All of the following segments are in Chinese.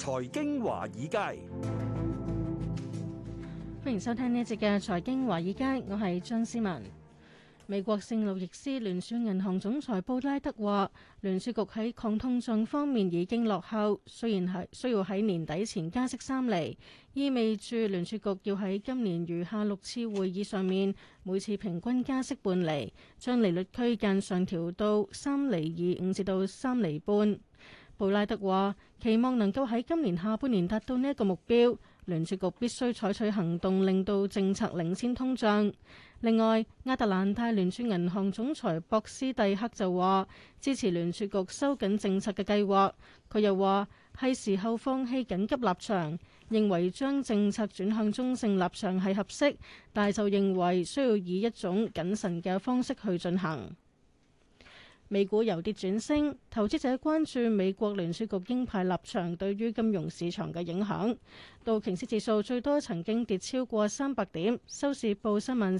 財經華爾街， 歡迎收聽呢一節嘅財經華爾街，我係張思文。美國聖路易斯聯儲銀行總裁布拉德話，聯儲局喺抗通脹方面已經落後，雖然係需要喺年底前加息3厘，意味住聯儲局要喺今年餘下6次會議上面每次平均加息半厘，將利率區間上調到3厘25至到3厘半。布拉德話，期望能夠喺今年下半年達到呢一個目標。聯儲局必須採取行動，令到政策領先通脹。另外，亞特蘭大聯儲銀行總裁博斯蒂克就話支持聯儲局收緊政策嘅計劃。佢又話係時候放棄緊急立場，認為將政策轉向中性立場係合適，但係就認為需要以一種謹慎嘅方式去進行。美股由跌轉升，投資者關注美國聯儲局鷹派立場對於金融市場嘅影響。道瓊斯指數最多曾經跌超過300點，收市報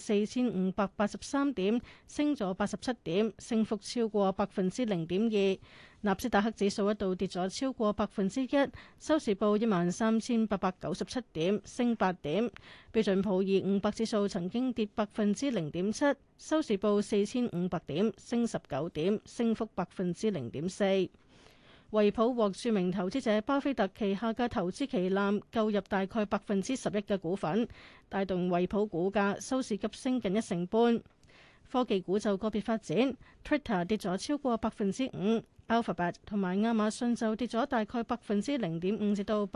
34,583點，升咗87點，升幅超過0.2%。納斯達克指數一度跌咗超過1%，收市報13,897點，升8點。標準普爾500指數曾經跌0.7%，收市報4,500點，升19點，升幅0.4%。惠普獲著名投資者巴菲特旗下嘅投資旗艦購入大概11%嘅股份，帶動惠普股價收市急升近1成半。科技股就個別發展 ，Twitter 跌咗超過5%，Alphabet 同埋亞馬遜就跌咗大概0.5%至到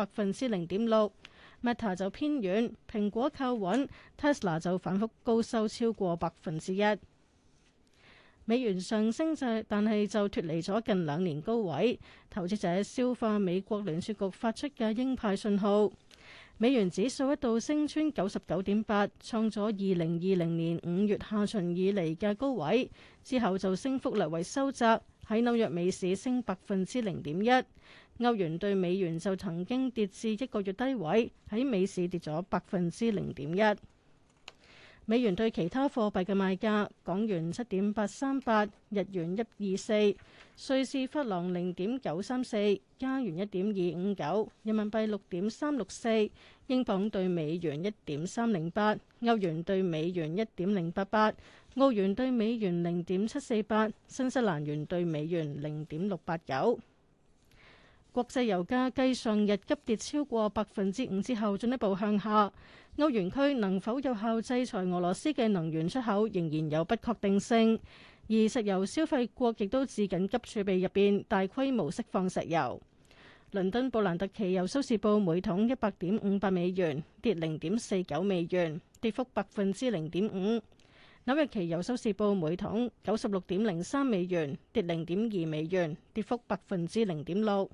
0.6%，Meta 就偏軟，蘋果靠穩 ，Tesla 就反覆高收超過1%。美元上升但係就脫離咗近2年高位，投資者消化美國聯儲局發出嘅鷹派信號。美元指數一度升穿99.8，創咗2020年5月下旬以嚟嘅高位，之後就升幅略為收窄，喺紐約美市升0.1%。歐元對美元就曾經跌至1個月低位，喺美市跌咗0.1%。美元對其他貨幣嘅賣價：港元7.838，日元124，瑞士法郎0.934，加元1.259，人民幣6.364，英鎊對美元1.308，歐元對美元1.088，澳元對美元0.748，新西蘭元對美元0.689。國際油價繼上日急跌超過5%之後，進一步向下。歐元區能否有效制裁俄羅斯嘅能源出口，仍然有不確定性。而石油消費國亦都自緊急儲備入邊大規模釋放石油。倫敦布蘭特期油收市報每桶100.58美元，跌0.49美元，跌幅0.5%。紐約期油收市報每桶96.03美元，跌0.2美元，跌幅0.6%。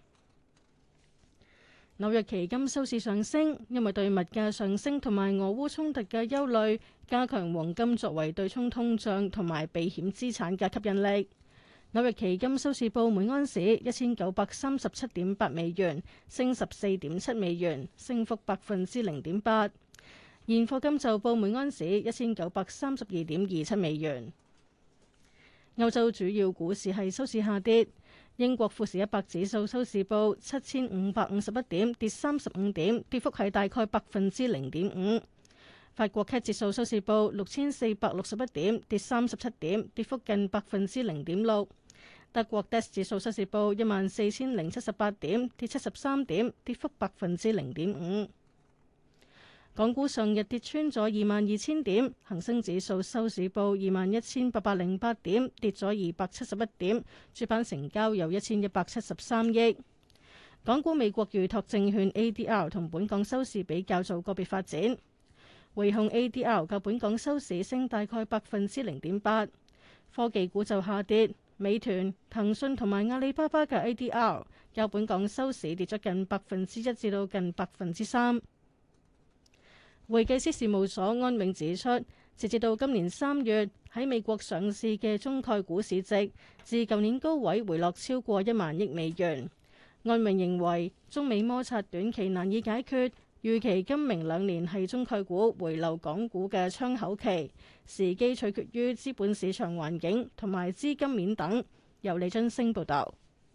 紐約期金收市上升，因為對物價上升同埋俄烏衝突嘅憂慮，加強黃金作為對沖通脹同埋避險資產嘅吸引力。紐約期金收市報每安士1937.8美元，升14.7美元，升幅0.8%。現貨金就報每安士1932.27美元。歐洲主要股市係收市下跌。英國富時100指數收市報7551點，跌35點，跌幅係大概0.5%。法國 CAC 指數收市報6461點，跌37點，跌幅近0.6%。德國 DAX 指數收市報14078點，跌73點，跌幅0.5%。港股上日跌穿咗22,000點，恒生指數收市報21,808點，跌咗271點，主板成交有1173億。港股美國預託證券 ADR 同本港收市比較做個別發展，匯控 ADR 較本港收市升大概0.8%，科技股就下跌，美團、騰訊同埋阿里巴巴嘅 ADR 較本港收市跌咗近1%至到近3%。會計師事務所安永指出，截至到今年3月，喺美國上市嘅中概股市值自舊年高位回落超過1萬億美元。安永認為，中美摩擦短期難以解決，預期今明2年係中概股回流港股嘅窗口期，時機取決於資本市場環境同埋資金面等。由李津升報導。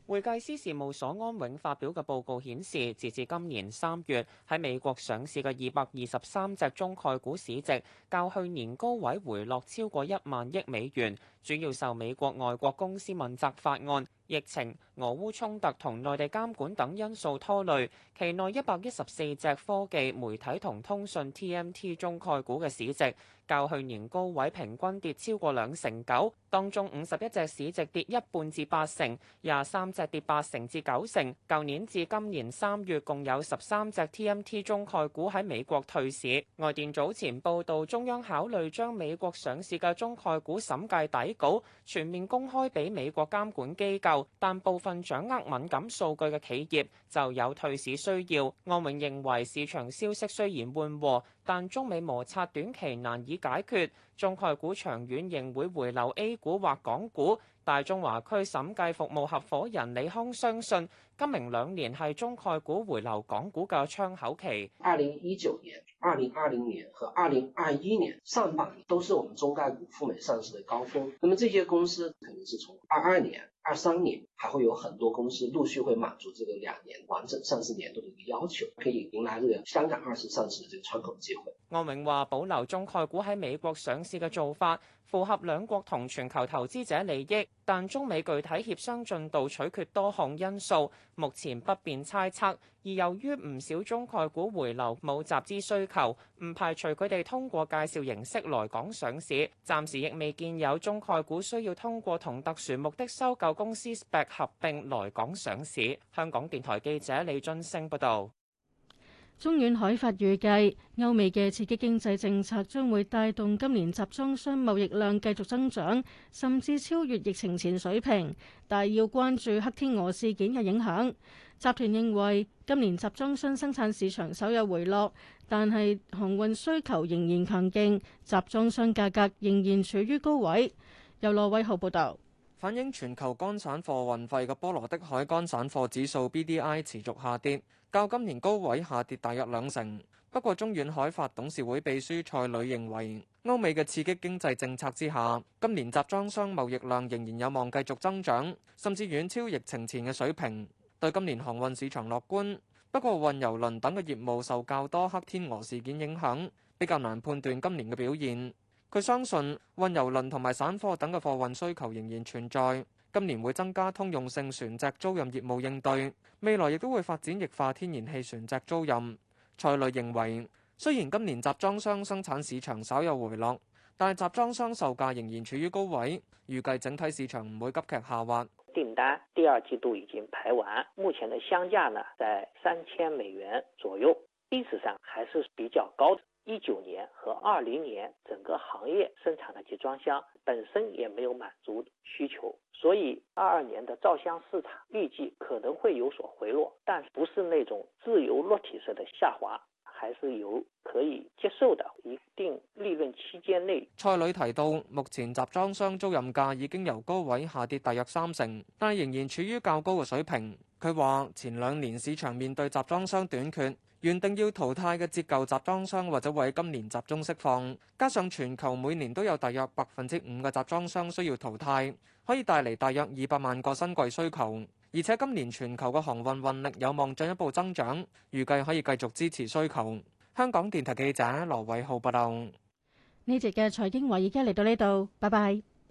會計師事務所安永發表嘅報告顯示，截至今年3月，喺美國上市嘅223隻中概股市值，較去年高位回落超過1萬億美元，主要受美國外國公司問責法案、疫情、俄烏衝突同內地監管等因素拖累。期內114隻科技、媒體同通訊 TMT 中概股嘅市值，較去年高位平均跌超過2成9，當中51隻市值跌1半至8成，23隻跌8成至9成。舊年至今年3月，共有13隻 TMT 中概股喺美國退市。外電早前報道，中央考慮將美國上市嘅中概股審計底稿全面公開俾美國監管機構，但部分掌握敏感數據嘅企業就有退市需要。安永認為市場消息雖然緩和，但中美摩擦短期難以解決，中概股長遠仍會回流 A 股或港股。大中華區審計服務合夥人李康相信，今明2年係中概股回流港股嘅窗口期。 2019年、2020年和2021年上半年都是我們中概股赴美上市的高峰。那麼這些公司可能是從22年、23年，還會有很多公司陸續會滿足這個2年完整上市年度的一個要求，可以迎來這個香港2次上市的這個窗口機會。 安永話保留中概股喺美國上市嘅做法，符合兩國同全球投資者利益，但中美具體協商進度取決多項因素，目前不便猜測。而由於唔少中概股回流冇集資需求，唔排除佢哋通過介紹形式來港上市。暫時亦未見有中概股需要通過同特殊目的收購公司 SPAC 合併來港上市。香港電台記者李津升報導。 中遠海發預計，歐美嘅刺激經濟政策將會帶動今年集裝箱貿易量繼續增長，甚至超越疫情前水平。但要關注黑天鵝事件嘅影響。集團認為，今年集裝箱生產市場稍有回落，但係航運需求仍然強勁，集裝箱價格仍然處於高位。由羅偉浩報導。 反映全球乾散貨運費嘅波羅的海乾散貨指數 BDI 持續下跌，較今年高位下跌大約2成。不過，中遠海發董事會秘書蔡磊認為，歐美嘅刺激經濟政策之下，今年集裝箱貿易量仍然有望繼續增長，甚至遠超疫情前嘅水平。對今年航運市場樂觀，不過運油輪等嘅業務受較多黑天鵝事件影響，比較難判斷今年嘅表現。佢相信運油輪同埋散貨等嘅貨運需求仍然存在，今年會增加通用性船隻租賃業務應對，未來亦都會發展液化天然氣船隻租賃。蔡磊認為，雖然今年集裝箱生產市場稍有回落，但係集裝箱售價仍然處於高位，預計整體市場唔會急劇下滑。 訂單第2季度已經排完，目前的箱價呢在$3000左右，歷史上還是比較高的。19年和20年整個行業生產的集裝箱本身也沒有滿足需求，所以22年的造箱市場預計可能會有所回落，但不是那種自由落體式的下滑，還是有可以接受的一定利潤區間內。 蔡磊提到，目前集裝箱租賃價已經由高位下跌大約3成，但仍然處於較高嘅水平。佢話前2年市場面對集裝箱短缺，原定要淘汰嘅折舊集裝箱或者會喺今年集中釋放，加上全球每年都有大約5%嘅集裝箱需要淘汰，可以帶嚟大約200萬個新櫃需求。而且今年全球嘅航運運力有望進一步增長，預計可以繼續支持需求。香港電台記者羅偉浩報道。 呢節嘅財經華爾街嚟到呢度，拜拜。